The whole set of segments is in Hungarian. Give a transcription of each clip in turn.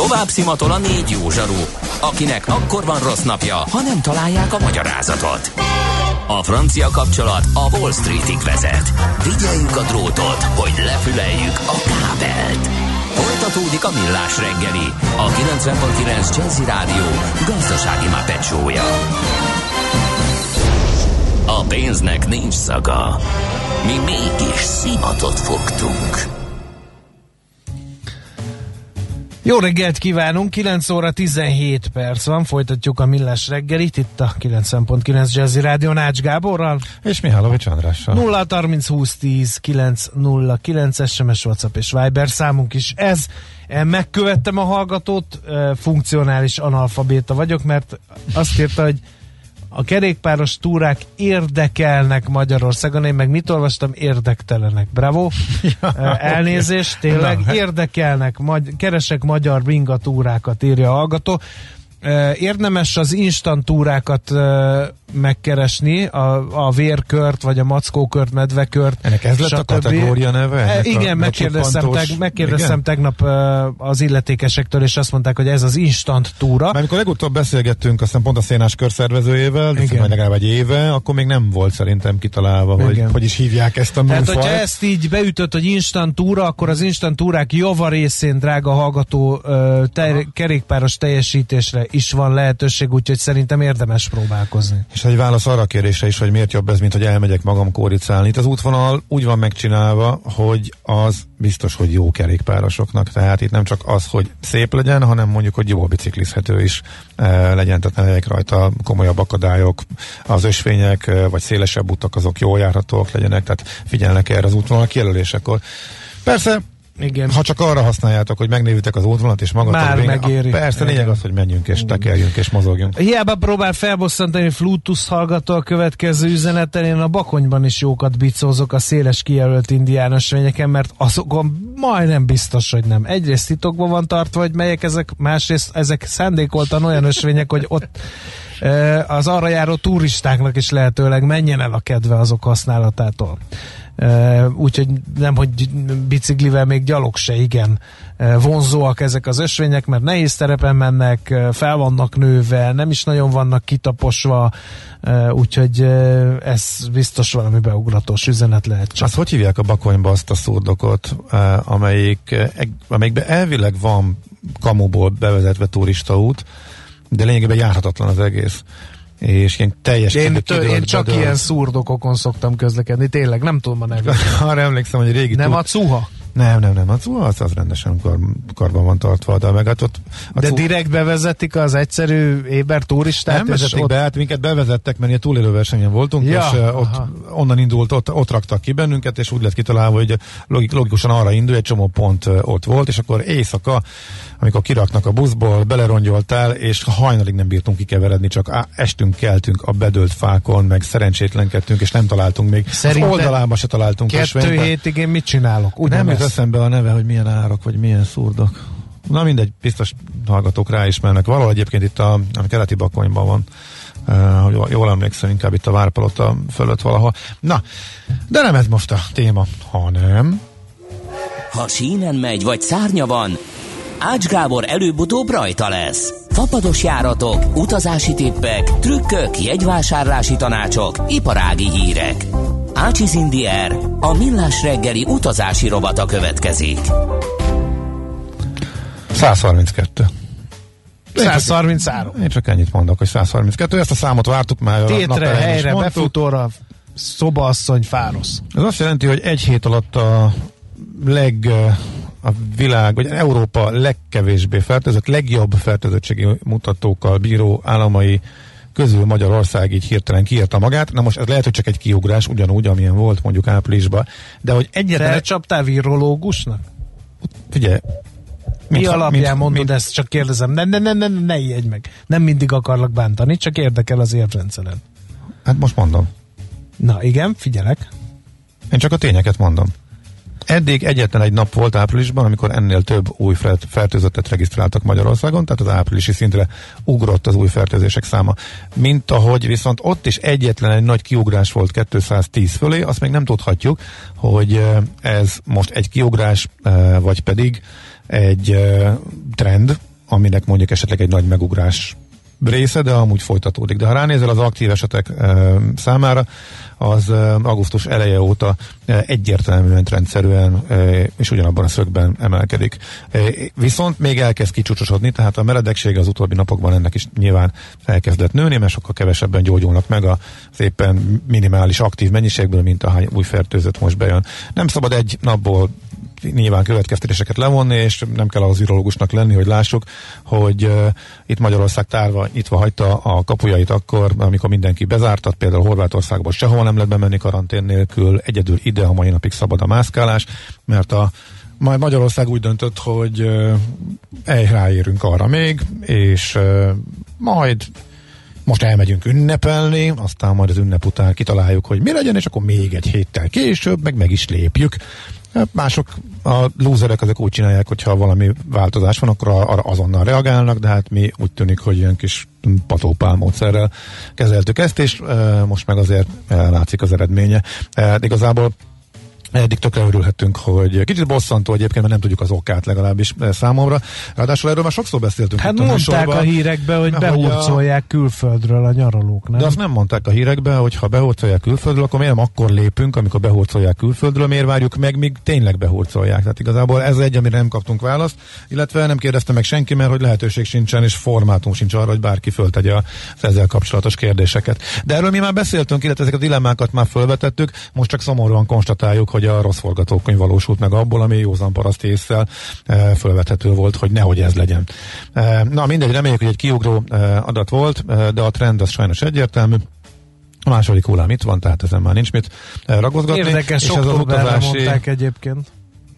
Tovább szimatol a 4 jó zsaru, akinek akkor van rossz napja, ha nem találják a magyarázatot. A francia kapcsolat a Wall Streetig vezet. Figyeljük a drótot, hogy lefüleljük a kábelt. Folytatódik a Millás reggeli, a 90.9 Jazzy Rádió gazdasági mápecsója. A pénznek nincs szaga. Mi mégis szimatot fogtunk. Jó reggelt kívánunk, 9 óra 17 perc van, folytatjuk a Millás reggelit, itt a 90.9 Jazzy Rádió Ács Gáborral. És Mihálovics Andrással. 0 30 20 10 909 SMS, WhatsApp és Viber számunk is ez. Megkövettem a hallgatót, funkcionális analfabéta vagyok, mert azt kérte, hogy a kerékpáros túrák érdekelnek Magyarországon, én meg mit olvastam? Érdektelenek. Bravo! Elnézést, tényleg érdekelnek, keresek magyar bringa túrákat, írja a hallgató. Érdemes az instant túrákat megkeresni, a vérkört, vagy a mackókört, medvekört. Ennek ez lett a kategória neve? Igen, megkérdeztem tegnap az illetékesektől, és azt mondták, hogy ez az instant túra. Mert amikor legutóbb beszélgettünk, aztán pont a Szénás kör szervezőjével, majd legalább egy éve, akkor még nem volt szerintem kitalálva, hogy is hívják ezt a műfajt. Hát, hogyha ezt így beütött, hogy instant túra, akkor az instant túrák javarészén, drága hallgató, kerékpáros teljesítésre is van lehetőség, úgyhogy szerintem érdemes próbálkozni. És egy válasz arra a kérdésre is, hogy miért jobb ez, mint hogy elmegyek magam kóricálni. Itt az útvonal úgy van megcsinálva, hogy az biztos, hogy jó kerékpárosoknak. Tehát itt nem csak az, hogy szép legyen, hanem mondjuk, hogy jól biciklizhető is legyen, tehát ne legyenek rajta komolyabb akadályok, az ösvények, vagy szélesebb utak, azok jól járhatóak legyenek, tehát figyelnek erre az útvonal kijelölésekor. Persze, igen. Ha csak arra használjátok, hogy megnévitek az útvonalat és magatok már megéri. Persze, lényeg az, hogy menjünk és tekerjünk és mozogjunk. Hiába próbál felbosszantani Bluetooth hallgató a következő üzeneten, én a Bakonyban is jókat bicózok a széles kijelölt indiánösvényeken, mert azokon majdnem biztos, hogy nem. Egyrészt titokban van tartva, hogy melyek ezek, másrészt ezek szándékoltan olyan ösvények, hogy ott az arra járó turistáknak is lehetőleg menjen el a kedve azok használatától. Úgyhogy nem, hogy biciklivel, még gyalog se igen vonzóak ezek az ösvények, mert nehéz terepen mennek, fel vannak nőve, nem is nagyon vannak kitaposva, úgyhogy ez biztos valami beugratós üzenet lehet csak. Azt hogy hívják a Bakonyba azt a szurdokot, amelyikben elvileg van kamuból bevezetve turistaút, de lényegében járhatatlan az egész. És ilyen teljes... Én csak ilyen szurdokokon szoktam közlekedni, tényleg, nem tudom a nevet. Arra emlékszem, hogy régi... Nem a Cuha? Nem, a Cuha az rendesen karban van tartva, de meg ott... De direkt bevezetik az egyszerű éber turistát? Nem vezetik be, hát minket bevezettek, mert ilyen túlélőversenyen voltunk, ja, és onnan indult, ott raktak ki bennünket, és úgy lett kitalálva, hogy logikusan arra indul, egy csomó pont ott volt, és akkor éjszaka, amikor kiraknak a buszból, belerongyoltál, és hajnalig nem bírtunk kikeveredni, csak estünk, keltünk a bedőlt fákon, meg szerencsétlenkedtünk, és nem találtunk még. Szerintem az oldalába se találtunk. 2 hétig én mit csinálok? Úgy nem jut eszembe a neve, hogy milyen árok, vagy milyen szurdok. Na mindegy, biztos hallgatók ráismernek. Valahol egyébként itt a keleti Bakonyban van, hogy jól emlékszem, inkább itt a Várpalota fölött valahol. Na, de nem ez most a téma, hanem... Ha sínen megy, vagy szárnya van, Ács Gábor előbb-utóbb rajta lesz. Fapados járatok, utazási tippek, trükkök, jegyvásárlási tanácsok, iparági hírek. Ácsiz in the Air, a Millás reggeli utazási rovata következik. 132. 133. Én csak ennyit mondok, hogy 132. Ezt a számot vártuk már. Tétre, helyre, befutóra, szobaasszony, fárosz. Ez azt jelenti, hogy egy hét alatt a világ, vagy Európa legkevésbé fertőzött, legjobb fertőzöttségi mutatókkal bíró államai közül Magyarország így hirtelen kiírta magát. Na most ez lehet, hogy csak egy kiugrás, ugyanúgy, amilyen volt mondjuk áprilisban, de hogy egyetlen... Felcsaptál virológusnak? Figyelj, mi alapján mondod ezt? Csak kérdezem. Ne ijedj meg. Nem mindig akarlak bántani, csak érdekel az érvrendszeren. Hát most mondom. Na igen, figyelek. Én csak a tényeket mondom. Eddig egyetlen egy nap volt áprilisban, amikor ennél több új fertőzöttet regisztráltak Magyarországon, tehát az áprilisi szintre ugrott az új fertőzések száma. Mint ahogy viszont ott is egyetlen egy nagy kiugrás volt 210 fölé, azt még nem tudhatjuk, hogy ez most egy kiugrás, vagy pedig egy trend, aminek mondjuk esetleg egy nagy megugrás része, de amúgy folytatódik. De ha ránézel az aktív esetek számára, az augusztus eleje óta egyértelműen trendszerűen és ugyanabban a szögben emelkedik. Viszont még elkezd kicsúcsosodni, tehát a meredekség az utóbbi napokban ennek is nyilván elkezdett nőni, mert sokkal kevesebben gyógyulnak meg az éppen minimális aktív mennyiségből, mint ahány új fertőzött most bejön. Nem szabad egy napból nyilván következtetéseket levonni, és nem kell az virológusnak lenni, hogy lássuk, hogy itt Magyarország tárva nyitva hagyta a kapujait akkor, amikor mindenki bezártat, például Horvátországból sehol nem lehet bemenni karantén nélkül, egyedül ide a mai napig szabad a mászkálás, mert majd Magyarország úgy döntött, hogy ráérünk arra még, és majd most elmegyünk ünnepelni, aztán majd az ünnep után kitaláljuk, hogy mi legyen, és akkor még egy héttel később meg is lépjük. Mások, a lúzerek azok úgy csinálják, hogyha valami változás van, akkor arra azonnal reagálnak, de hát mi úgy tűnik, hogy ilyen kis patópál módszerrel kezeltük ezt, és most meg azért látszik az eredménye. Igazából eddig tökre örülhetünk, hogy kicsit bosszantó egyébként, mert nem tudjuk az okát legalábbis számomra. Ráadásul erről már sokszor beszéltünk. Hát mondták a hírekbe, hogy behurcolják külföldről a nyaralók, nem? De azt nem mondták a hírekbe, hogy ha behurcolják külföldről, akkor miért nem akkor lépünk, amikor behurcolják külföldről, miért várjuk meg, míg tényleg behurcolják. Tehát igazából ez egy, amire nem kaptunk választ, illetve nem kérdezte meg senki, mert hogy lehetőség sincsen, és formátum sincs arra, hogy bárki föltegye az ezzel kapcsolatos kérdéseket. De erről mi már beszéltünk, illetve ezeket a dilemmákat már fölvetettük, most csak szomorúan konstatáljuk, hogy a rossz forgatókönyv valósult meg abból, ami józan paraszti ésszel fölvethető volt, hogy nehogy ez legyen. Na mindegy, reméljük, hogy egy kiugró adat volt, de a trend az sajnos egyértelmű. A második hullám itt van, tehát ezen már nincs mit ragozgatni. Érdekes, októberre mondták egyébként.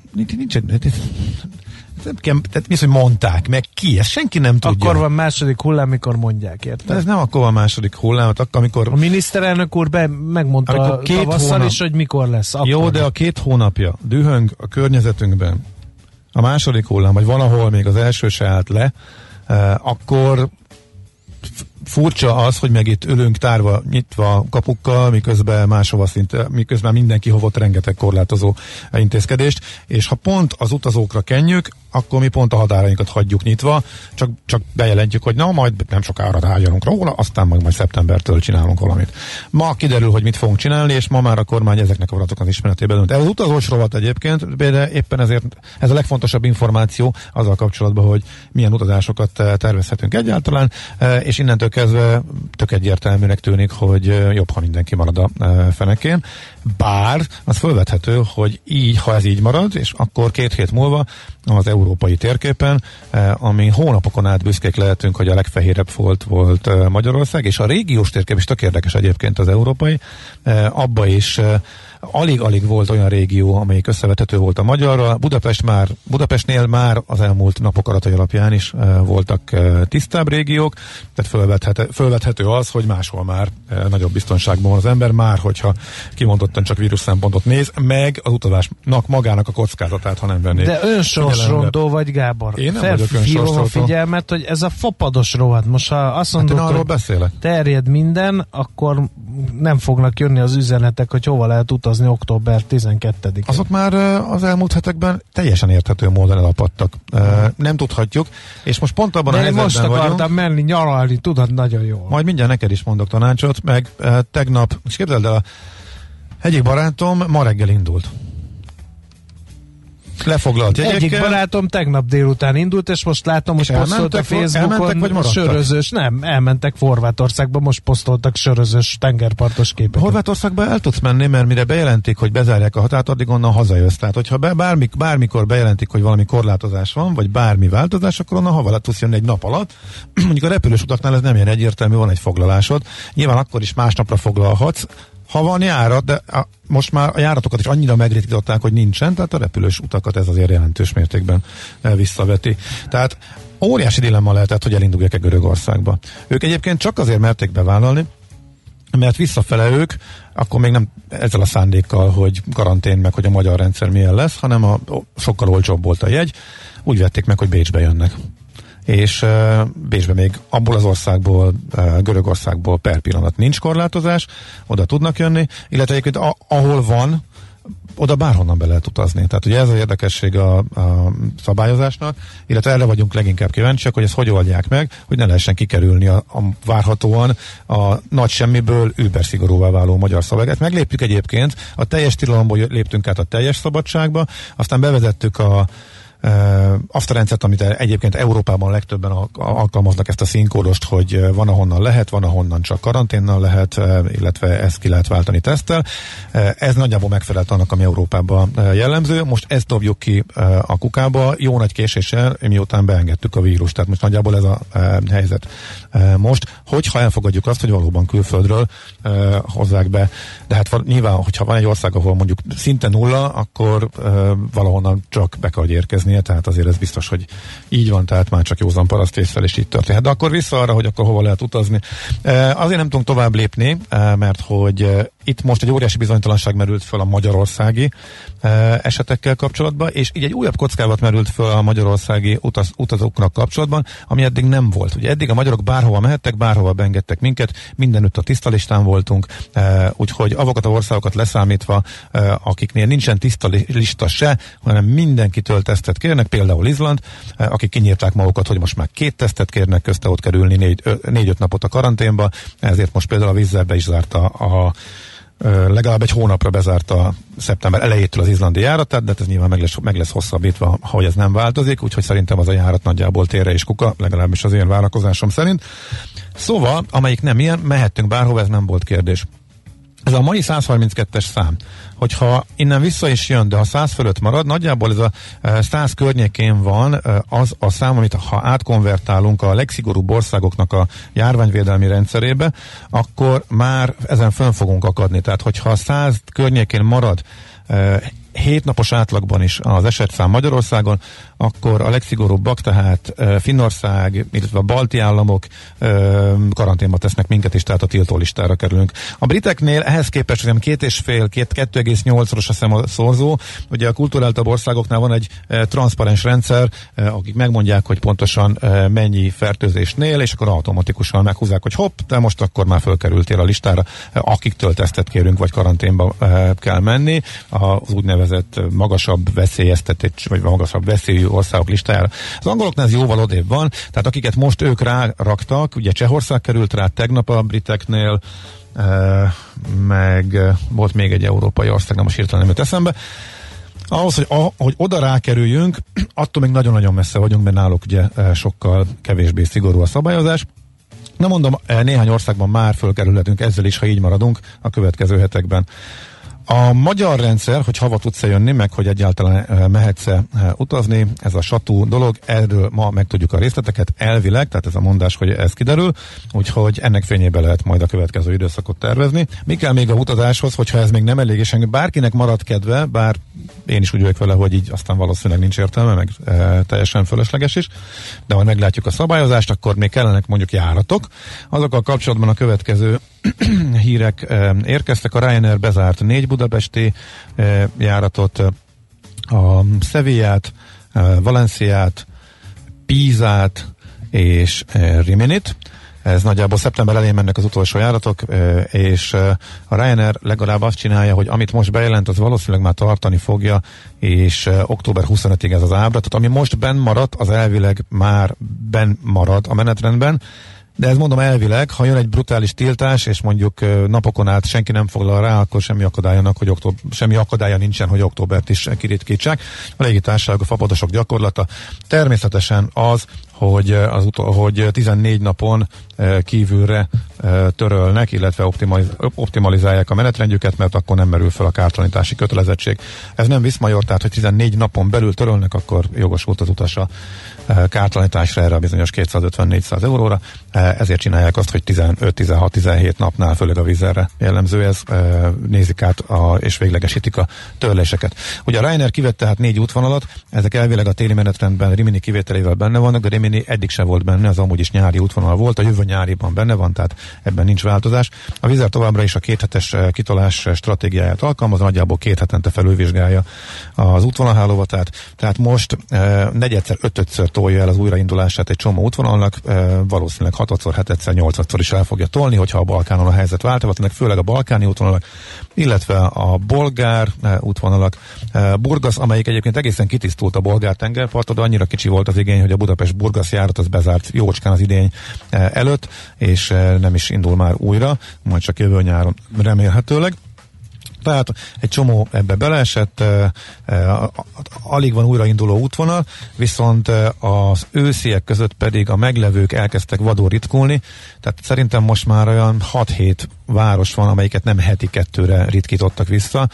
Tehát mi az, hogy mondták, meg ki? Ezt senki nem tudja. Akkor van második hullám, mikor mondják, érted? De ez nem akkor van második hullám, amikor... A miniszterelnök úr megmondta tavasszal is, hogy mikor lesz. Akkor. Jó, de a 2 hónapja dühöng a környezetünkben a második hullám, vagy valahol még az első se állt le, akkor furcsa az, hogy meg itt ülünk tárva, nyitva kapukkal, miközben mindenki hovott rengeteg korlátozó intézkedést, és ha pont az utazókra kenjük, akkor mi pont a határainkat hagyjuk nyitva, csak bejelentjük, hogy na, majd nem sokára tárgyalunk róla, aztán majd szeptembertől csinálunk valamit. Ma kiderül, hogy mit fogunk csinálni, és ma már a kormány ezeknek a adatoknak ismeretében dönt. Ez az utazós rovat egyébként, de éppen ezért ez a legfontosabb információ azzal kapcsolatban, hogy milyen utazásokat tervezhetünk egyáltalán, és innentől kezdve tök egyértelműnek tűnik, hogy jobb, ha mindenki marad a fenekén. Bár az felvethető, hogy így, ha ez így marad, és akkor 2 hét múlva az európai térképen, ami hónapokon át büszkék lehetünk, hogy a legfehérebb volt Magyarország, és a régiós térkép is tök érdekes egyébként az európai, abba is alig-alig volt olyan régió, amelyik összevethető volt a magyarral. Budapestnél már az elmúlt napok adatai alapján is voltak tisztább régiók, tehát fölvethető az, hogy máshol már nagyobb biztonságban van az ember, már hogyha kimondottan csak vírus szempontot néz, meg az utazásnak magának a kockázatát, ha nem vennék. De önsorsrondó vagy, Gábor. Én nem vagyok önsorsrondó. A figyelmet, hogy ez a fapados rovat. Most ha azt mondod, hogy beszélek. Terjed minden, akkor nem fognak jönni az üzenetek, hogy hova lehet utazni október 12-én. Azok már az elmúlt hetekben teljesen érthető módon elapadtak. Nem tudhatjuk, és most pont abban a helyzetben most akartam menni nyaralni, tudod, nagyon jó. Majd mindjárt neked is mondok tanácsot, meg tegnap, és képzeld el, egyik barátom ma reggel indult. Lefoglalt jegyekkel. Egyik barátom tegnap délután indult, és most látom, hogy posztolt a Facebookon sörözős, nem, elmentek Horvátországba, most posztoltak sörözős tengerpartos képeket. Horvátországba el tudsz menni, mert mire bejelentik, hogy bezárják a határt, addig onnan hazajössz. Tehát, hogyha bármikor bejelentik, hogy valami korlátozás van, vagy bármi változás, akkor onnan hova tudsz jönni egy nap alatt. Mondjuk a repülős utaknál ez nem ilyen egyértelmű, van egy foglalásod. Nyilván akkor is másnapra foglalhatsz, ha van járat, de most már a járatokat is annyira megritkították, hogy nincsen, tehát a repülős utakat ez azért jelentős mértékben visszaveti. Tehát óriási dilemma lehetett, hogy elinduljak-e Görögországba. Ők egyébként csak azért merték bevállalni, mert visszafele ők akkor még nem ezzel a szándékkal, hogy karantén meg, hogy a magyar rendszer milyen lesz, hanem sokkal olcsóbb volt a jegy, úgy vették meg, hogy Bécsbe jönnek. És Bécsben még abból az országból, Görögországból per pillanat nincs korlátozás, oda tudnak jönni, illetve egyébként ahol van, oda bárhonnan be lehet utazni. Tehát ugye ez az érdekesség a szabályozásnak, illetve erre vagyunk leginkább kíváncsiak, hogy ezt hogy oldják meg, hogy ne lehessen kikerülni a várhatóan a nagy semmiből überszigorúvá váló magyar szabályokat. Megléptük egyébként, a teljes tilalomból léptünk át a teljes szabadságba, aztán bevezettük azt a rendszert, amit egyébként Európában legtöbben alkalmaznak, ezt a színkódost, hogy van ahonnan lehet, van ahonnan csak karanténnal lehet, illetve ezt ki lehet váltani teszttel. Ez nagyjából megfelelt annak, ami Európában jellemző. Most ezt dobjuk ki a kukába, jó nagy késéssel, miután beengedtük a vírust. Tehát most nagyjából ez a helyzet. Most, hogyha elfogadjuk azt, hogy valóban külföldről hozzák be, de hát nyilván, hogyha van egy ország, ahol mondjuk szinte nulla, akkor valahonnan csak be kell érkezni, tehát azért ez biztos, hogy így van, tehát már csak józan parasztésszel is így történhet. De akkor vissza arra, hogy akkor hova lehet utazni. Azért nem tudunk tovább lépni, mert hogy itt most egy óriási bizonytalanság merült föl a magyarországi esetekkel kapcsolatban, és így egy újabb kockázat merült föl a magyarországi utazóknak kapcsolatban, ami eddig nem volt. Ugye eddig a magyarok bárhova mehettek, bárhova beengedtek minket, mindenütt a tiszta listán voltunk, úgyhogy avokat a országokat leszámítva, akiknél nincsen tiszta lista se, hanem mindenkitől tesztet kérnek, például Izland, akik kinyírták magukat, hogy most már 2 tesztet kérnek, közte ott kerülni 4-5 napot a karanténba, ezért most például a Vízzel be is zárta legalább egy hónapra bezárta szeptember elejétől az izlandi járatát, de ez nyilván meg lesz hosszabbítva, hogy ez nem változik, úgyhogy szerintem az a járat nagyjából térre és kuka, legalábbis az én várakozásom szerint. Szóval, amelyik nem ilyen, mehettünk bárhova, ez nem volt kérdés. Ez a mai 132-es szám, hogyha innen vissza is jön, de ha 100 fölött marad, nagyjából ez a 100 környékén van az a szám, amit ha átkonvertálunk a legszigorúbb országoknak a járványvédelmi rendszerébe, akkor már ezen fönn fogunk akadni. Tehát, hogyha 100 környékén marad 7 napos átlagban is az esetszám Magyarországon, akkor a legszigorúbbak, tehát Finnország, illetve a balti államok karanténba tesznek minket is, tehát a tiltólistára kerülünk. A briteknél ehhez képest 2,8-szoros a szorzó. Ugye a kulturáltabb országoknál van egy transzparens rendszer, akik megmondják, hogy pontosan mennyi fertőzésnél, és akkor automatikusan meghúzzák, hogy hopp, de most akkor már fölkerültél a listára, akiktől tesztet kérünk, vagy karanténba kell menni. Az úgynevezett magasabb veszélyeztetés, vagy magasabb veszélyű országok listájára. Az angoloknál ez jóval odébb van, tehát akiket most ők ráraktak, ugye Csehország került rá tegnap a briteknél, meg volt még egy európai ország, nem most hirtelen nem jut eszembe. Ahhoz, hogy oda rákerüljünk, attól még nagyon-nagyon messze vagyunk, mert náluk ugye sokkal kevésbé szigorú a szabályozás. Na mondom, néhány országban már fölkerülhetünk ezzel is, ha így maradunk a következő hetekben. A magyar rendszer, hogy hova tudsz jönni, meg hogy egyáltalán mehetsz utazni, ez a satú dolog, erről ma megtudjuk a részleteket elvileg, tehát ez a mondás, hogy ez kiderül, úgyhogy ennek fényében lehet majd a következő időszakot tervezni. Mi kell még a utazáshoz, hogyha ez még nem elég, és bárkinek marad kedve, bár én is úgy vagyok vele, hogy így aztán valószínűleg nincs értelme, meg teljesen fölösleges is, de ha meglátjuk a szabályozást, akkor még kellenek mondjuk járatok. Azokkal kapcsolatban a következő hírek érkeztek. A Ryanair bezárt 4 budapesti járatot, a Sevillát, Valenciát, Pízát és Riminit. Ez nagyjából szeptember elején mennek az utolsó járatok, és a Ryanair legalább azt csinálja, hogy amit most bejelent, az valószínűleg már tartani fogja, és október 25-ig ez az ábra. Tehát ami most benn maradt, az elvileg már benn marad a menetrendben. De ez mondom elvileg, ha jön egy brutális tiltás, és mondjuk napokon át senki nem foglal rá, akkor semmi akadálya nincsen, hogy októbert is kiritkítsák. A légitársaságok, a fapadosok gyakorlata természetesen az, hogy 14 napon kívülre törölnek, illetve optimalizálják a menetrendjüket, mert akkor nem merül fel a kártalanítási kötelezettség. Ez nem Viszmajor, tehát hogy 14 napon belül törölnek, akkor jogosult az utas a kártalanításra, erre a bizonyos 250-400 euróra. Ezért csinálják azt, hogy 15-16-17 napnál, főleg a vízerre jellemző ez, nézik át és véglegesítik a törléseket. Ugye a Ryanair kivett tehát 4 útvonalat, ezek elvileg a téli menetrendben Rimini kivételével benne vannak, de Rimini eddig se volt benne, az amúgy is nyári útvonal volt, a jövő nyáriban benne van, tehát ebben nincs változás. A Wizz Air továbbra is a 2 hetes kitolás stratégiáját alkalmaz, nagyjából 2 hetente felülvizsgálja az útvonalhálóvat, tehát most 4-5-ször tolja el az újraindulását egy csomó útvonalnak, valószínűleg 6-szor, 7-szer, 8-szor is el fogja tolni, hogyha a Balkánon a helyzet változik, főleg a balkáni útvonalak, illetve a bolgár útvonalak. Burgas, amelyik egyébként egészen kitisztult a bolgár tengerparton, de annyira kicsi volt az igény, hogy a Budapest-Burgas járat az bezárt jócskán az idény előtt, és nem is indul már újra, majd csak jövő nyáron remélhetőleg. Tehát egy csomó ebbe beleesett, alig van újrainduló útvonal, viszont az ősziek között pedig a meglevők elkezdtek vadul ritkulni, tehát szerintem most már olyan 6-7 város van, amelyiket nem heti 2-re ritkítottak vissza.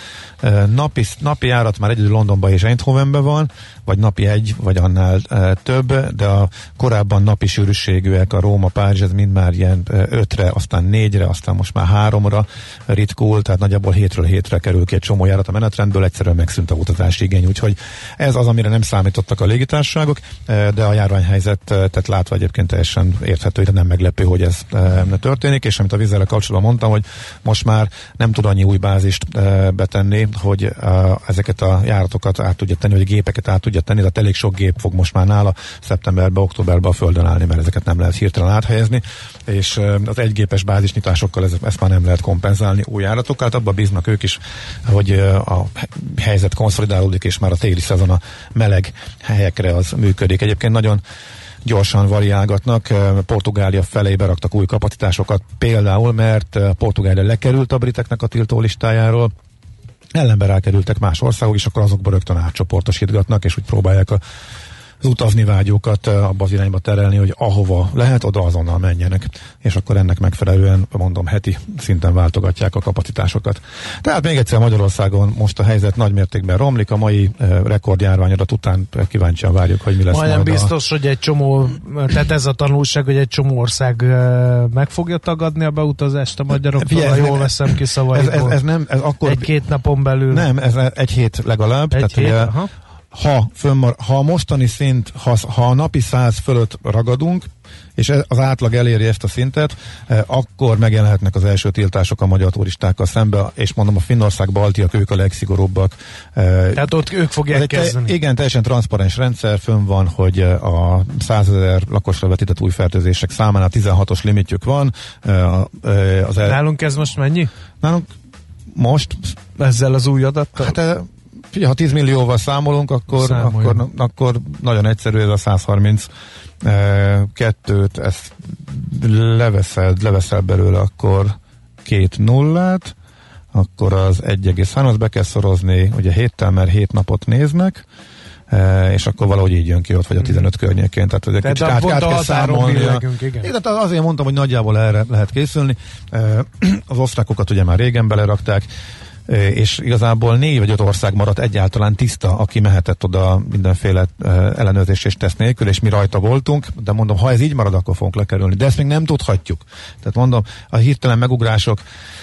Napi járat már egyedül Londonban és Eindhovenben van, vagy napi 1, vagy annál több, de a korábban napi sűrűségűek, a Róma, Párizs, ez mind már ilyen 5-re, aztán 4-re, aztán most már 3-ra ritkul, tehát nagyjából 7-ről 7-re kerül ki egy csomó járat a menetrendből, egyszerűen megszűnt a utazási igény, úgyhogy ez az, amire nem számítottak a légitársaságok, de a járványhelyzet, tehát látva egyébként teljesen érthető, hogy nem meglepő, hogy ez történik, és amit a Wizz Airrel kapcsolatban mondtam, hogy most már nem tud annyi új bázist betenni, hogy ezeket a járatokat át tudja tenni, vagy a gépeket át tudja tenni, tehát elég sok gép fog most már nála szeptemberben, októberben a földön állni, mert ezeket nem lehet hirtelen áthelyezni, és az egygépes bázisnyitásokkal ezt már nem lehet kompenzálni új járatokkal, hát abban bíznak ők is, hogy a helyzet konszolidálódik, és már a téli szezon a meleg helyekre az működik. Egyébként nagyon gyorsan variálgatnak, Portugália felé beraktak új kapacitásokat, például, mert Portugália lekerült a briteknek a tiltó listájáról, ellenben rákerültek más országok, és akkor azokba rögtön átcsoportosítgatnak, és úgy próbálják az utazni vágyókat abba az irányba terelni, hogy ahova lehet, oda azonnal menjenek. És akkor ennek megfelelően, mondom, heti szinten váltogatják a kapacitásokat. Tehát még egyszer Magyarországon most a helyzet nagymértékben romlik, a mai rekordjárványadat után kíváncsian várjuk, hogy mi lesz. Majdnem biztos, hogy egy csomó, tehát ez a tanulság, hogy egy csomó ország meg fogja tagadni a beutazást a magyaroktól, ha jól veszem ki szavaikból. Ez nem, ez akkor... 1-2 napon belül. Nem, ez 1 hét legalább. Egy hét, aha. Ha a mostani szint, ha a napi 100 fölött ragadunk, és az átlag eléri ezt a szintet, akkor megjelenhetnek az első tiltások a magyar turistákkal szembe, és mondom, a Finnország, baltiak, ők a legszigorúbbak. Tehát ott ők fogják kezdeni. Igen, teljesen transzparens rendszer, fönn van, hogy a 100 000 lakosra vetített új fertőzések számánál 16-os limitjük van. Nálunk ez most mennyi? Nálunk most... Ezzel az új adattal? Hát ha 10 millióval számolunk, akkor nagyon egyszerű, ez a 132-t, ezt leveszel belőle, akkor 2 nullát, akkor az 1,3-at be kell szorozni, ugye 7-tel, mert 7 napot néznek, és akkor valahogy így jön ki ott, vagy a 15 környékén. Tehát egy kicsit át kell számolni. Igen, azért mondtam, hogy nagyjából erre lehet készülni. Az osztrákokat ugye már régen belerakták, és igazából 4 vagy 5 ország maradt egyáltalán tiszta, aki mehetett oda mindenféle ellenőrzés és teszt nélkül, és mi rajta voltunk, de mondom, ha ez így marad, akkor fogunk lekerülni. De ezt még nem tudhatjuk. Tehát mondom, a hirtelen megugrások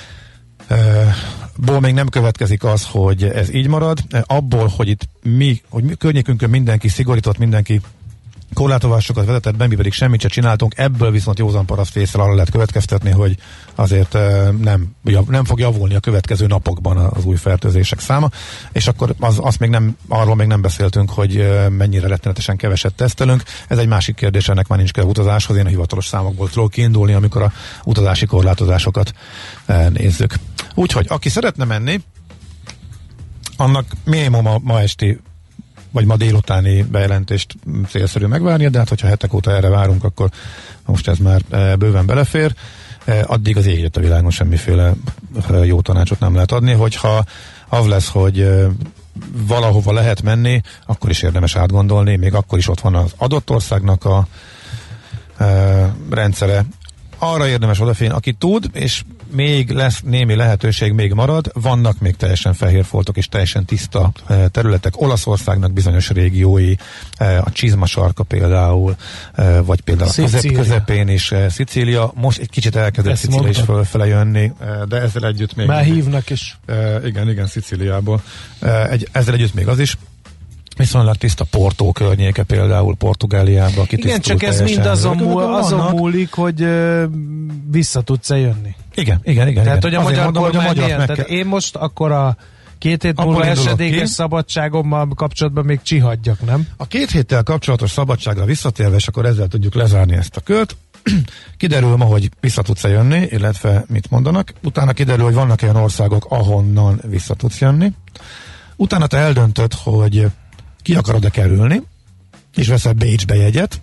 ból még nem következik az, hogy ez így marad. Abból, hogy itt mi környékünkön mindenki szigorított, mindenki korlátozásokat vezetett be, mi pedig semmit sem csináltunk, ebből viszont józan parasztvésszel arra lehet következtetni, hogy azért nem fog javulni a következő napokban az új fertőzések száma, és akkor arról még nem beszéltünk, hogy mennyire rettenetesen keveset tesztelünk. Ez egy másik kérdés, ennek már nincs kell utazáshoz, én a hivatalos számokból tudok kiindulni, amikor a utazási korlátozásokat nézzük. Úgyhogy, aki szeretne menni, annak minimum ma esti vagy ma délutáni bejelentést célszerű megvárnia, de hát hogyha hetek óta erre várunk, akkor most ez már bőven belefér. Addig az ég a világon semmiféle jó tanácsot nem lehet adni, hogyha az lesz, hogy valahova lehet menni, akkor is érdemes átgondolni, még akkor is ott van az adott országnak a rendszere. Arra érdemes odafigyelni, aki tud, és még lesz némi lehetőség, még marad, vannak még teljesen fehér foltok és teljesen tiszta területek. Olaszországnak bizonyos régiói, a Csizma sarka például, vagy például a közepén is Szicília. Most egy kicsit elkezdett Szicília is fölfele jönni, de ezzel együtt még... Már hívnak is. Igen, Szicíliából. Ezzel együtt még az is. Viszonylag tiszta Portó környéke például, Portugáliában. Igen, csak ez mind azon múlik, hogy vissza tudsz-e jönni. Igen. Tehát, hogy a magyar kormány ilyen. Tehát én most akkor a 2 hét múlva esedékes szabadságommal kapcsolatban még csihadjak, nem? A 2 héttel kapcsolatos szabadságra visszatérve, és akkor ezzel tudjuk lezárni ezt a kört. Kiderül ma, hogy vissza tudsz jönni, illetve mit mondanak. Utána kiderül, hogy vannak olyan országok, ahonnan vissza tudsz jönni. Utána te eldöntöd, hogy ki akarod-e kerülni, és veszel Bécsbe jegyet.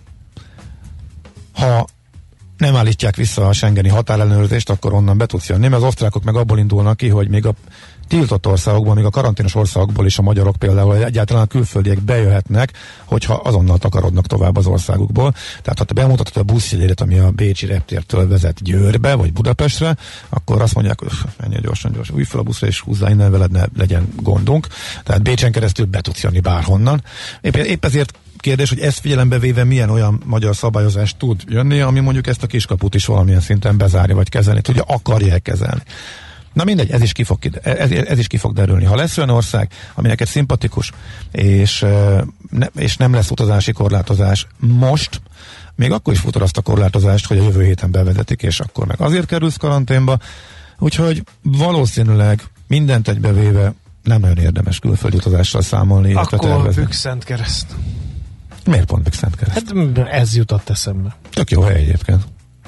Ha nem állítják vissza a schengeni határellenőrzést, akkor onnan be tudsz jönni, mert az osztrákok meg abból indulnak ki, hogy még a tiltott országokból, még a karanténos országokból is a magyarok például egyáltalán a külföldiek bejöhetnek, hogyha azonnal takarodnak tovább az országukból. Tehát ha te bemutatod a buszjegyet, ami a bécsi reptértől vezet Győrbe, vagy Budapestre, akkor azt mondják, hogy menjél gyorsan, ülj fel a buszra és húzzá innen, veled ne legyen gondunk. Tehát Bécsen keresztül be tudsz jönni bárhonnan. Épp ezért kérdés, hogy ezt figyelembe véve milyen olyan magyar szabályozás tud jönni, ami mondjuk ezt a kiskaput is valamilyen szinten bezárja, vagy kezelni tudja, akarják kezelni. Na mindegy, ez is ki fog derülni. Ha lesz olyan ország, ami neked szimpatikus, és nem lesz utazási korlátozás most, még akkor is futod azt a korlátozást, hogy a jövő héten bevezetik, és akkor meg azért kerülsz karanténba. Úgyhogy valószínűleg mindent egybevéve nem nagyon érdemes külföldi utazással számolni. Akkor Bükszentkereszt. Miért pont Bükszentkereszt? Hát ez jutott eszembe. Tök jó hely egyébként.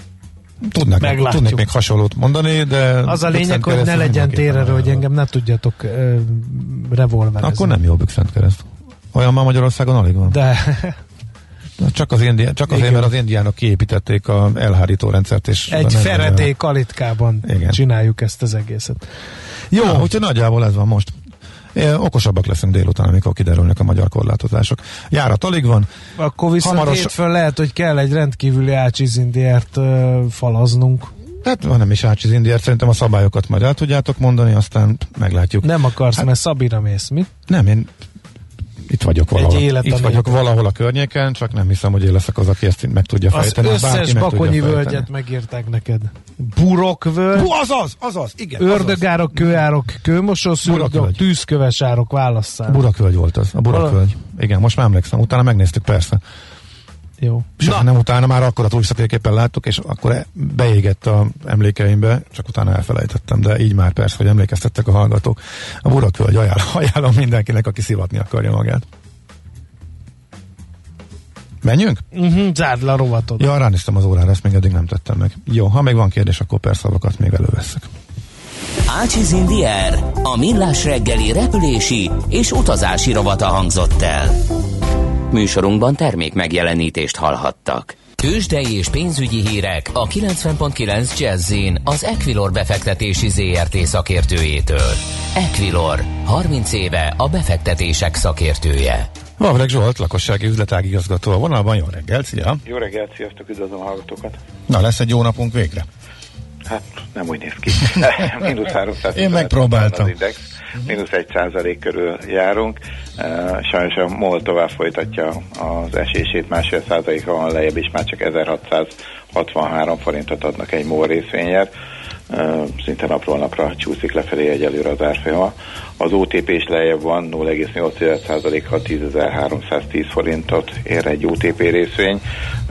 Tudnék még hasonlót mondani, de... Az a lényeg, hogy ne legyen térerő, hogy engem ne tudjatok revolverezni. Akkor nem jó Bükszentkereszt. Olyan már Magyarországon alig van. De... Csak azért, mert az indiánok kiépítették a elhárító rendszert. És egy feredély kalitkában csináljuk ezt az egészet. Jó, úgyhogy nagyjából ez van most. Okosabbak leszünk délután, amikor kiderülnek a magyar korlátozások. Járat alig van. Akkor viszont hétfőn lehet, hogy kell egy rendkívüli Ácsiz-Indiért falaznunk. Hát nem is Ácsiz-Indiért, szerintem a szabályokat majd el tudjátok mondani, aztán meglátjuk. Nem akarsz, mert Szabira mész, mi? Nem, én itt vagyok valahol a környéken, csak nem hiszem, hogy én leszek az, aki ezt meg tudja fejteni. Az összes Bakonyi völgyet megírták neked. Burokvölgy. Azaz, igen. Ördögárok, kőárok, kőmosószúrok, tűzkövesárok, válasszál. Burakvölgy volt az, a Burakvölgy. Igen, most már emlékszem, utána megnéztük persze. Jó. Nem utána, már akkor a turistátérképpen láttuk, és akkor beégett a emlékeimbe, csak utána elfelejtettem, de így már persze, hogy emlékeztettek a hallgatók. A Burakvölgy ajánlom mindenkinek, aki szivatni akarja magát. Menjünk? Zárd le a rovatod. Ja, ránéztem az órára, ezt még eddig nem tettem meg. Jó, ha még van kérdés, akkor persze szavakat még előveszek. Ácsiz Indiér, a millás reggeli repülési és utazási rovata hangzott el. Műsorunkban termék megjelenítést hallhattak. Tőzsdei és pénzügyi hírek a 90.9 Jazz-in az Equilor befektetési ZRT szakértőjétől. Equilor, 30 éve a befektetések szakértője. Vavreg Zsolt, lakossági üzletágigazgató a vonalban. Jó reggelt, szia! Jó reggelt, sziasztok, üdvözlöm a hallgatókat! Na, lesz egy jó napunk végre? Hát nem úgy néz ki. Mínusz 300. Én megpróbáltam. Az index. Mínusz 1% körül járunk. Sajnos a MOL tovább folytatja az esését, 1,5%-a van lejjebb, és már csak 1663 forintot adnak egy MOL részvényért. Szinte napról napra csúszik lefelé egyelőre az árfolyama. Az OTP is lejjebb van, 0,8%-kal 10.310 forintot ér egy OTP részvény.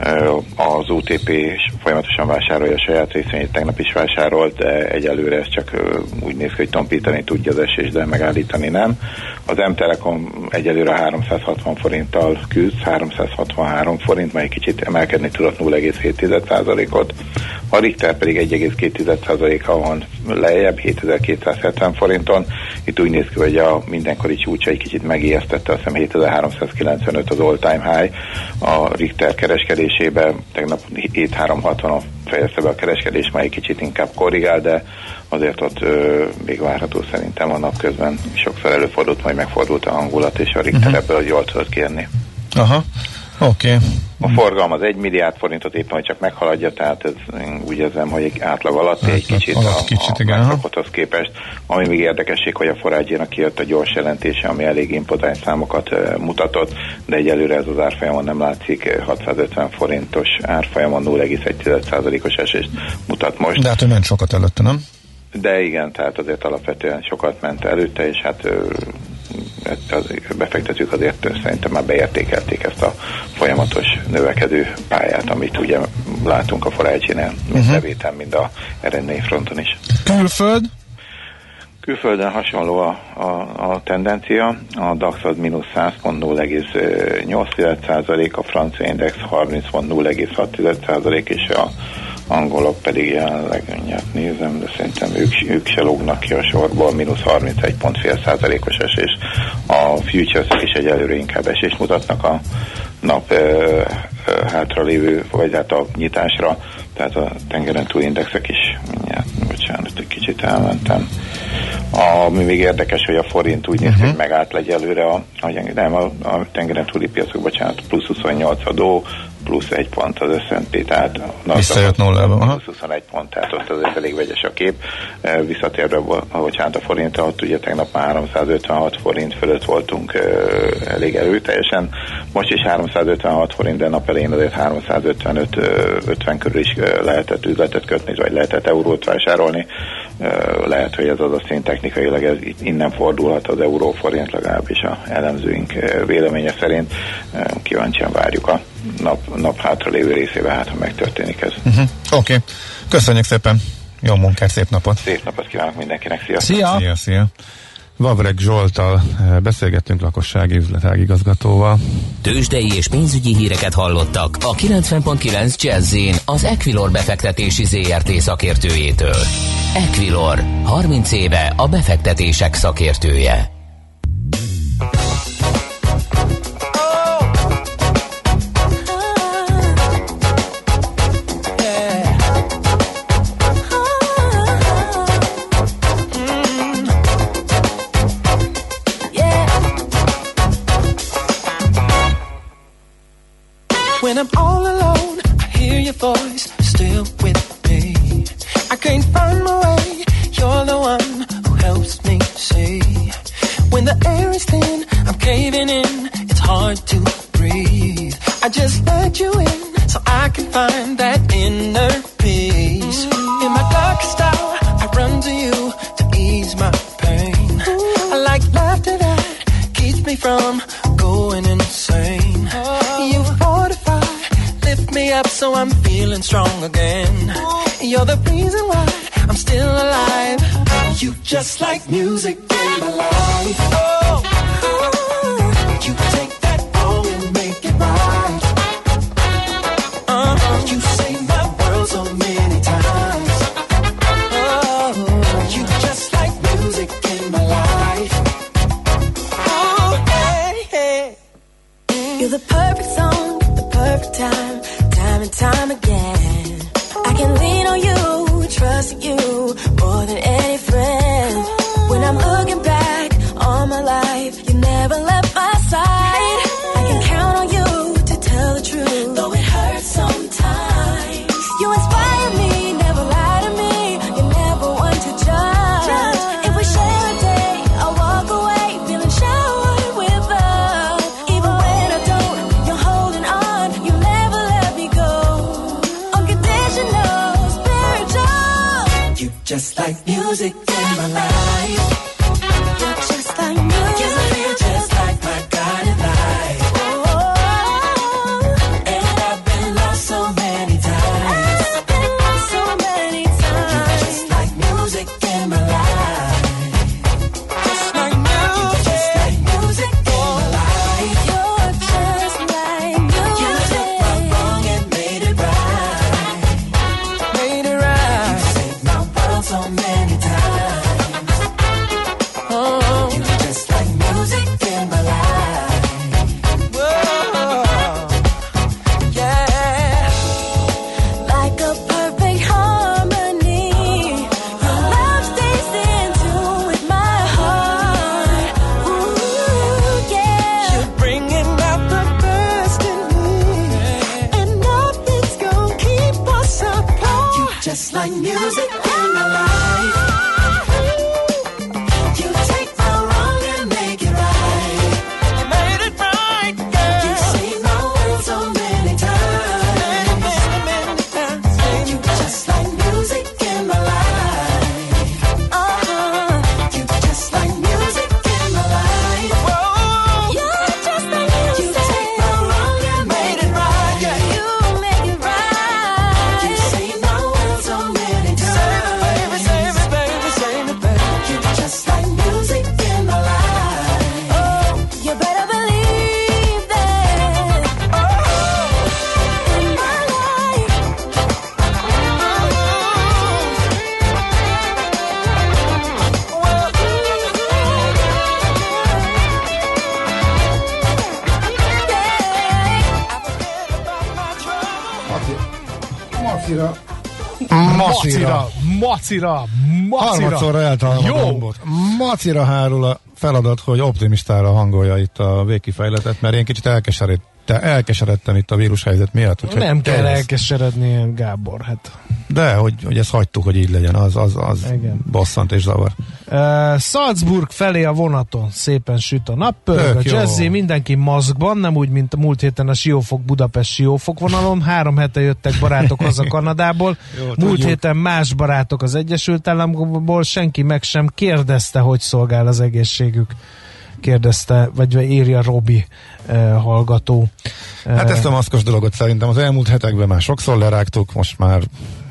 Az OTP folyamatosan vásárolja a saját részvényét, tegnap is vásárolt, de egyelőre ez csak úgy néz ki, hogy tompítani tudja az esést, de megállítani nem. Az M-Telekom egyelőre 360 forinttal küzd, 363 forint, mely kicsit emelkedni tudott 0,7%-ot. A Richter pedig 1,2%-a van lejjebb, 7270 forinton. Itt úgy néz ki, hogy a mindenkori csúcsa egy kicsit megijesztette, azt hiszem 7395 az all-time high a Richter kereskedésében. Tegnap 7360-on fejezte be a kereskedés, már egy kicsit inkább korrigál, de azért ott még várható szerintem a napközben. Sokszor előfordult, majd megfordult a hangulat, és a Richter ebből jól tudott kérni. Aha. Oké. A forgalom az 1 milliárd forintot éppen, hogy csak meghaladja, tehát ez, úgy érzem, hogy egy átlag alatt egy kicsit a megszokothoz képest. Ami még érdekesség, hogy a Forágyénak kijött a gyors jelentése, ami elég impozáns számokat mutatott, de egyelőre ez az árfolyamon nem látszik, 650 forintos árfolyamon 0,1%-os esést mutat most. De hát ő ment sokat előtte, nem? De igen, tehát azért alapvetően sokat ment előtte, és hát befektetők azért szerintem már beértékelték ezt a folyamatos növekedő pályát, amit ugye látunk a Forágyi-nél, mind bevétel, mind a eredményfronton is. Külföld? Külföldön hasonló a tendencia, a DAX az mínusz 100,0,8%, a francia index 30,0,6%, és a angolok pedig jelenleg, mindjárt nézem, de szerintem ők se lógnak ki a sorból, mínusz 31,5%-os esés. A futures is egyelőre inkább esést mutatnak a nap hátralévő, vagy hát a nyitásra, tehát a tengeren túl indexek is, mindjárt, bocsánat, egy kicsit elmentem. Ami még érdekes, hogy a forint úgy néz ki, hogy megállt egyelőre a tengeren túli piacok, bocsánat, plusz 28 a Dow, plusz 1 pont az S&P, tehát visszajött nullában. Plusz 21 pont, tehát ott azért elég vegyes a kép. Visszatérve, bocsánat, a forintra, ott ugye tegnap már 356 forint fölött voltunk elég erőteljesen. Most is 356 forint, de nap elején azért 355-50 körül is lehetett üzletet kötni, vagy lehetett eurót vásárolni. Lehet, hogy ez az a szín technikailag ez innen fordulhat az euró-forint, legalábbis a elemzőink véleménye szerint. Kíváncsian várjuk a nap hátralévő részébe, hát ha megtörténik ez. Oké. Köszönjük szépen. Jó munkát, szép napot. Szép napot kívánok mindenkinek. Sziasztok. Szia! Vavreg Zsolttal beszélgettünk, lakossági üzletágigazgatóval. Tőzsdei és pénzügyi híreket hallottak a 90.9 Jazz-in az Equilor befektetési ZRT szakértőjétől. Equilor, 30 éve a befektetések szakértője. When I'm all alone, I hear your voice still with me. I can't find my way, you're the one who helps me see. When the air is thin, I'm caving in, it's hard to breathe. I just let you in, so I can find that inner peace. In my darkest hour, I run to you to ease my pain. I like laughter that keeps me from going insane. You fortify, lift me up so I'm feeling strong again. You're the reason why I'm still alive. You just like music in my life. Oh, you take that wrong and make it right. You saved my world so many times. Oh, you just like music in my life. Oh, hey, hey. You're the perfect song, the perfect time, time and time again. I can lean on you, trust you more than any friend. When I'm looking back on my life, you never left my side. I can count on you to tell the truth, though it hurts sometimes. You inspire me, never lie to me. You're never one to judge. If we share a day, I'll walk away feeling showered with love. Even when I don't, you're holding on. You never let me go. Unconditional, spiritual. You just like music in my life. You're just like music. Yes, I feel just like my God in life. Oh, And I've been lost so many times. I've been lost so many You're times. just like music in my life. Just like music. Just like music in my life. You're just like music. You took my wrong and made it right. Made it right. Saved my world so many times. You're just like music in my life. Whoa. Yeah. Like a perfect harmony. Your love stays in tune with my heart. Ooh, yeah. You're bringing out the best in me, and nothing's gonna keep us apart. You just like music in my life. You take my wrong and make it right. You made it right, yeah. You saved my world so many times. You just like music in my life. You just like music in my life. Whoa. Macira. Harmadszorra eltalálom a gombot. Macira hárul a feladat, hogy optimistára hangolja itt a végkifejletet, mert én kicsit elkeseredtem itt a vírushelyzet miatt. Nem kell elkeseredni, Gábor, hát. De, hogy ezt hagytuk, hogy így legyen, az bosszant és zavar. Salzburg felé a vonaton szépen süt a nap, pörög a jazzy, mindenki maszkban, nem úgy, mint a múlt héten a Siófok Budapest Siófok vonalon, 3 hete jöttek barátok haza Kanadából, múlt héten más barátok az Egyesült Államokból, senki meg sem kérdezte, hogy szolgál az egészségük. Kérdezte, vagy írja Robi hallgató. Hát ezt a maszkos dolgot szerintem az elmúlt hetekben már sokszor lerágtuk, most már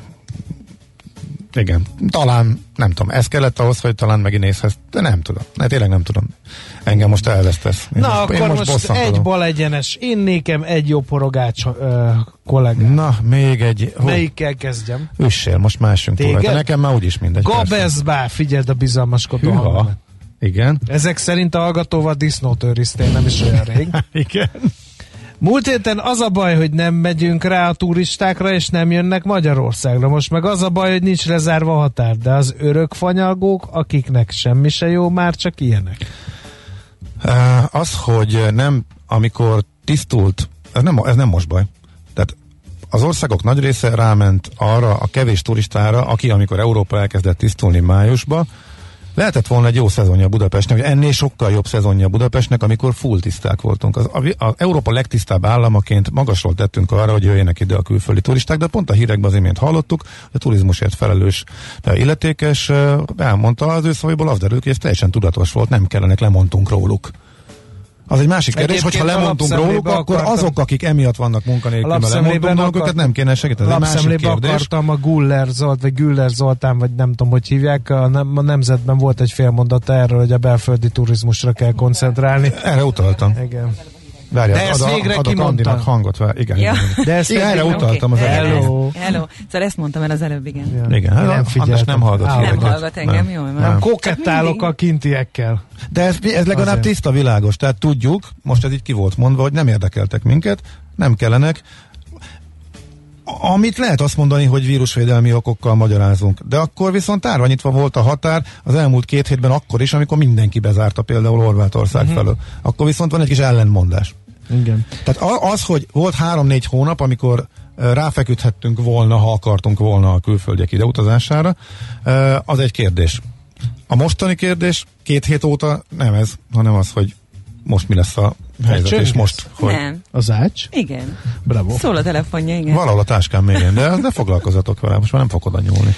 igen, talán, nem tudom, ez kellett ahhoz, hogy talán megint nézhez, de nem tudom, tényleg nem tudom. Engem most elvesztesz. Akkor most egy bal egyenes, én nékem egy jobb horogács kollégám. Na, még egy. Melyikkel kezdjem? Üssél, most másunk túl. Nekem már úgyis mindegy. Gabezbá, figyeld a bizalmaskodó hangomat. Igen. Ezek szerint a hallgatóval disznót őriztél, nem is olyan rég. Igen. Múlt héten az a baj, hogy nem megyünk rá a turistákra, és nem jönnek Magyarországra. Most meg az a baj, hogy nincs lezárva a határ, de az örök fanyalgók, akiknek semmi se jó, már csak ilyenek. Az, hogy nem, amikor tisztult, ez nem most baj. Tehát az országok nagy része ráment arra a kevés turistára, aki amikor Európa elkezdett tisztulni májusba, lehetett volna egy jó szezonja Budapestnek, vagy ennél sokkal jobb szezonja Budapestnek, amikor full tiszták voltunk. Az Európa legtisztább államaként magasról tettünk arra, hogy jöjjenek ide a külföldi turisták, de pont a hírekben az imént hallottuk, hogy a turizmusért felelős illetékes elmondta az ő szavaiból, az derül, hogy ez teljesen tudatos volt, nem kellenek, lemondtunk róluk. Az egy másik kérdés, hogyha lemondtunk róluk, akkor azok, akik emiatt vannak munkanélkül, mert lemondtunk róluk, őket nem kéne segíteni. Ez egy másik kérdés. Akartam a Guller Zolt, vagy Güller Zoltán, vagy nem tudom, hogy hívják. A Nemzetben volt egy félmondata erről, hogy a belföldi turizmusra kell koncentrálni. Erre utaltam. Igen. Várjál, de ezt végre kimondta. Hangot vár. Igen. Ja. De ezt erre utaltam az előbb. Hello. Szóval ezt mondtam el az előbb, igen. Ja. Igen, nem figyeltem. Nem hallgat. Nem hallgat engem, jól. Nem kokettálok a kintiekkel. De ez legalább azért tiszta világos. Tehát tudjuk, most ez így ki volt mondva, hogy nem érdekeltek minket, nem kellenek. Amit lehet azt mondani, hogy vírusvédelmi okokkal magyarázunk. De akkor viszont tárva nyitva volt a határ az elmúlt 2 hétben akkor is, amikor mindenki bezárta például Horvátország felől. Akkor viszont van egy kis ellentmondás. Igen. Tehát az, hogy volt 3-4 hónap, amikor ráfeküdhettünk volna, ha akartunk volna a külföldiek ide utazására, az egy kérdés. A mostani kérdés 2 hét óta nem ez, hanem az, hogy most mi lesz a helyzet, és most, hogy... Nem. Az ács? Igen. Bravo. Szól a telefonja, igen. Valahol a táskám még, de ne foglalkozzatok vele, most már nem fog oda nyúlni.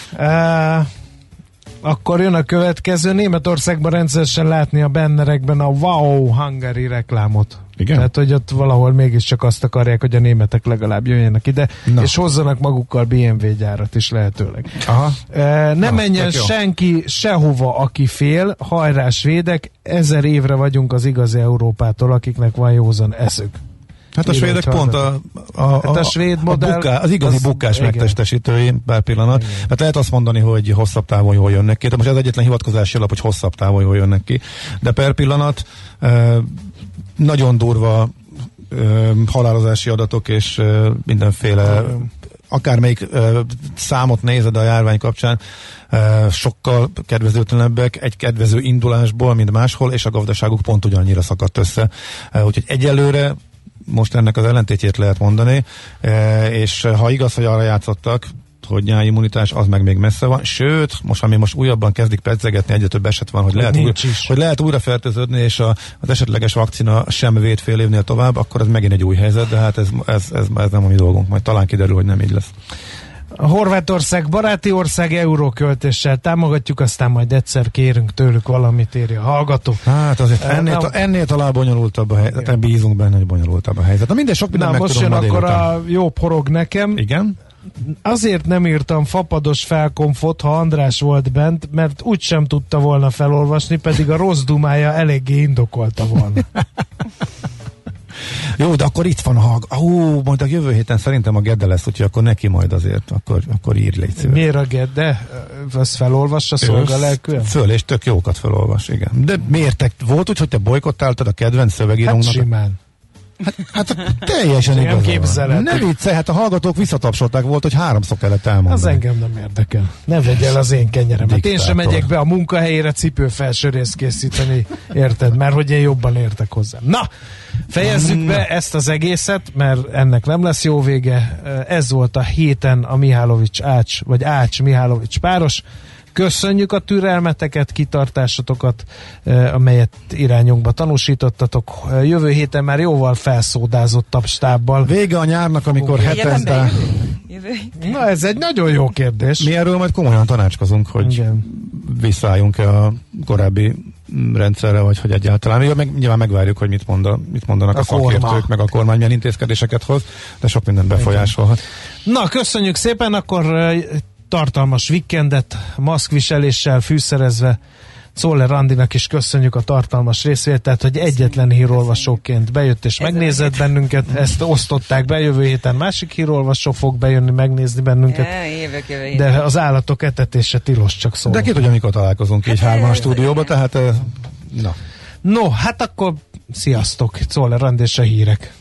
Akkor jön a következő. Németországban rendszeresen látni a bannerekben a Wow Hungary reklámot. Igen? Tehát, hogy ott valahol mégiscsak azt akarják, hogy a németek legalább jöjjenek ide, és hozzanak magukkal BMW gyárat is lehetőleg. Aha. Ne menjen senki sehova, aki fél, hajrá svédek, 1000 évre vagyunk az igazi Európától, akiknek van józan eszük. Hát a svédek pont a svéd modell, az igazi bukás megtestesítői pár pillanat. Hát lehet azt mondani, hogy hosszabb távon jól jönnek ki. De most ez egyetlen hivatkozási alap, hogy hosszabb távon jól jönnek ki. De per pillanat nagyon durva halálozási adatok és mindenféle akármelyik számot nézed a járvány kapcsán, sokkal kedvezőtlenebbek egy kedvező indulásból, mint máshol, és a gazdaságuk pont ugyannyira szakadt össze. Úgyhogy egyelőre most ennek az ellentétjét lehet mondani, és ha igaz, hogy arra játszottak, hogy nyárimmunitás, az meg még messze van, sőt, most újabban kezdik pedzegetni, egyre több eset van, hogy lehet újra fertőződni, és az esetleges vakcina sem véd fél évnél tovább, akkor ez megint egy új helyzet, de hát ez nem a mi dolgunk, majd talán kiderül, hogy nem így lesz. A Horvátország baráti ország, euróköltéssel támogatjuk, aztán majd egyszer kérünk tőlük valamit, írja a hallgató. Hát azért ennél talán bonyolultabb a helyzet, bízunk benne, hogy bonyolultabb a helyzet. Na mindegy, sok minden most jön akkor a jó porog nekem. Igen? Azért nem írtam fapados felkonfot, ha András volt bent, mert úgysem tudta volna felolvasni, pedig a rossz dumája eléggé indokolta volna. Jó, de akkor itt van a majd a jövő héten szerintem a Gedde lesz, úgyhogy akkor neki majd azért, akkor írj, légy szíves. Miért a Gedde? Azt felolvassa szolgalelkűen? Föl, és tök jókat felolvas, igen. De miért volt úgy, hogy te bojkottáltad a kedvenc szövegírónknak? Hát simán. Hát teljesen Nem igaz. képzelhető. Ne viccelj, hát a hallgatók visszatapsolták, volt, hogy 3-szor kellett elmondani. Az engem nem érdekel. Ne vegy el az én kenyeremet. Én sem megyek be a munkahelyére cipőfelsörészt készíteni, érted? Mert hogy én jobban értek hozzá. Na, fejezzük be ezt az egészet, mert ennek nem lesz jó vége. Ez volt a héten a Mihálovics-Ács, vagy Ács-Mihálovics páros. Köszönjük a türelmeteket, kitartásotokat, amelyet irányunkba tanúsítottatok. Jövő héten már jóval felszódázottabb stábbal. Vége a nyárnak, amikor hetente... Na, ez egy nagyon jó kérdés. Mi erről majd komolyan tanácskozunk, hogy igen, visszaálljunk-e a korábbi rendszerre, vagy hogy egyáltalán. Nyilván megvárjuk, hogy mit mondanak a szakértők, meg a kormány milyen intézkedéseket hoz, de sok mindent befolyásolhat. Na, köszönjük szépen, akkor tartalmas weekendet, maszkviseléssel fűszerezve. Czoller Andinak is köszönjük a tartalmas részvételt, hogy egyetlen hírolvasóként bejött és megnézett bennünket. Ezt osztották be, jövő héten másik hírolvasó fog bejönni, megnézni bennünket. De az állatok etetése tilos, csak szól. De ki tudja, mikor találkozunk így hárman a stúdióba, tehát na. No, hát akkor sziasztok, Czoller Andi és a hírek.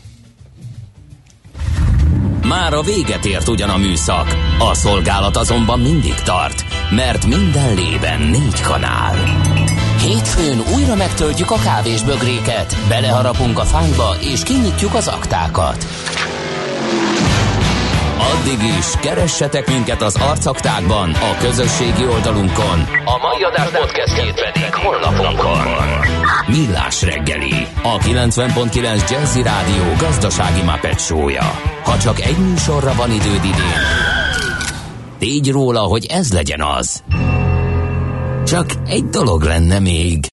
Már a véget ért ugyan a műszak, a szolgálat azonban mindig tart, mert minden lében 4 kanál. Hétfőn újra megtöltjük a kávésbögréket, beleharapunk a fányba és kinyitjuk az aktákat. Addig is keressetek minket az arcaktákban, a közösségi oldalunkon, a mai adás podcastjét pedig honlapunkon. Millás reggeli, a 90.9 Jazzy Rádió gazdasági Muppet show-ja. Ha csak egy műsorra van időd idén, tégy róla, hogy ez legyen az. Csak egy dolog lenne még.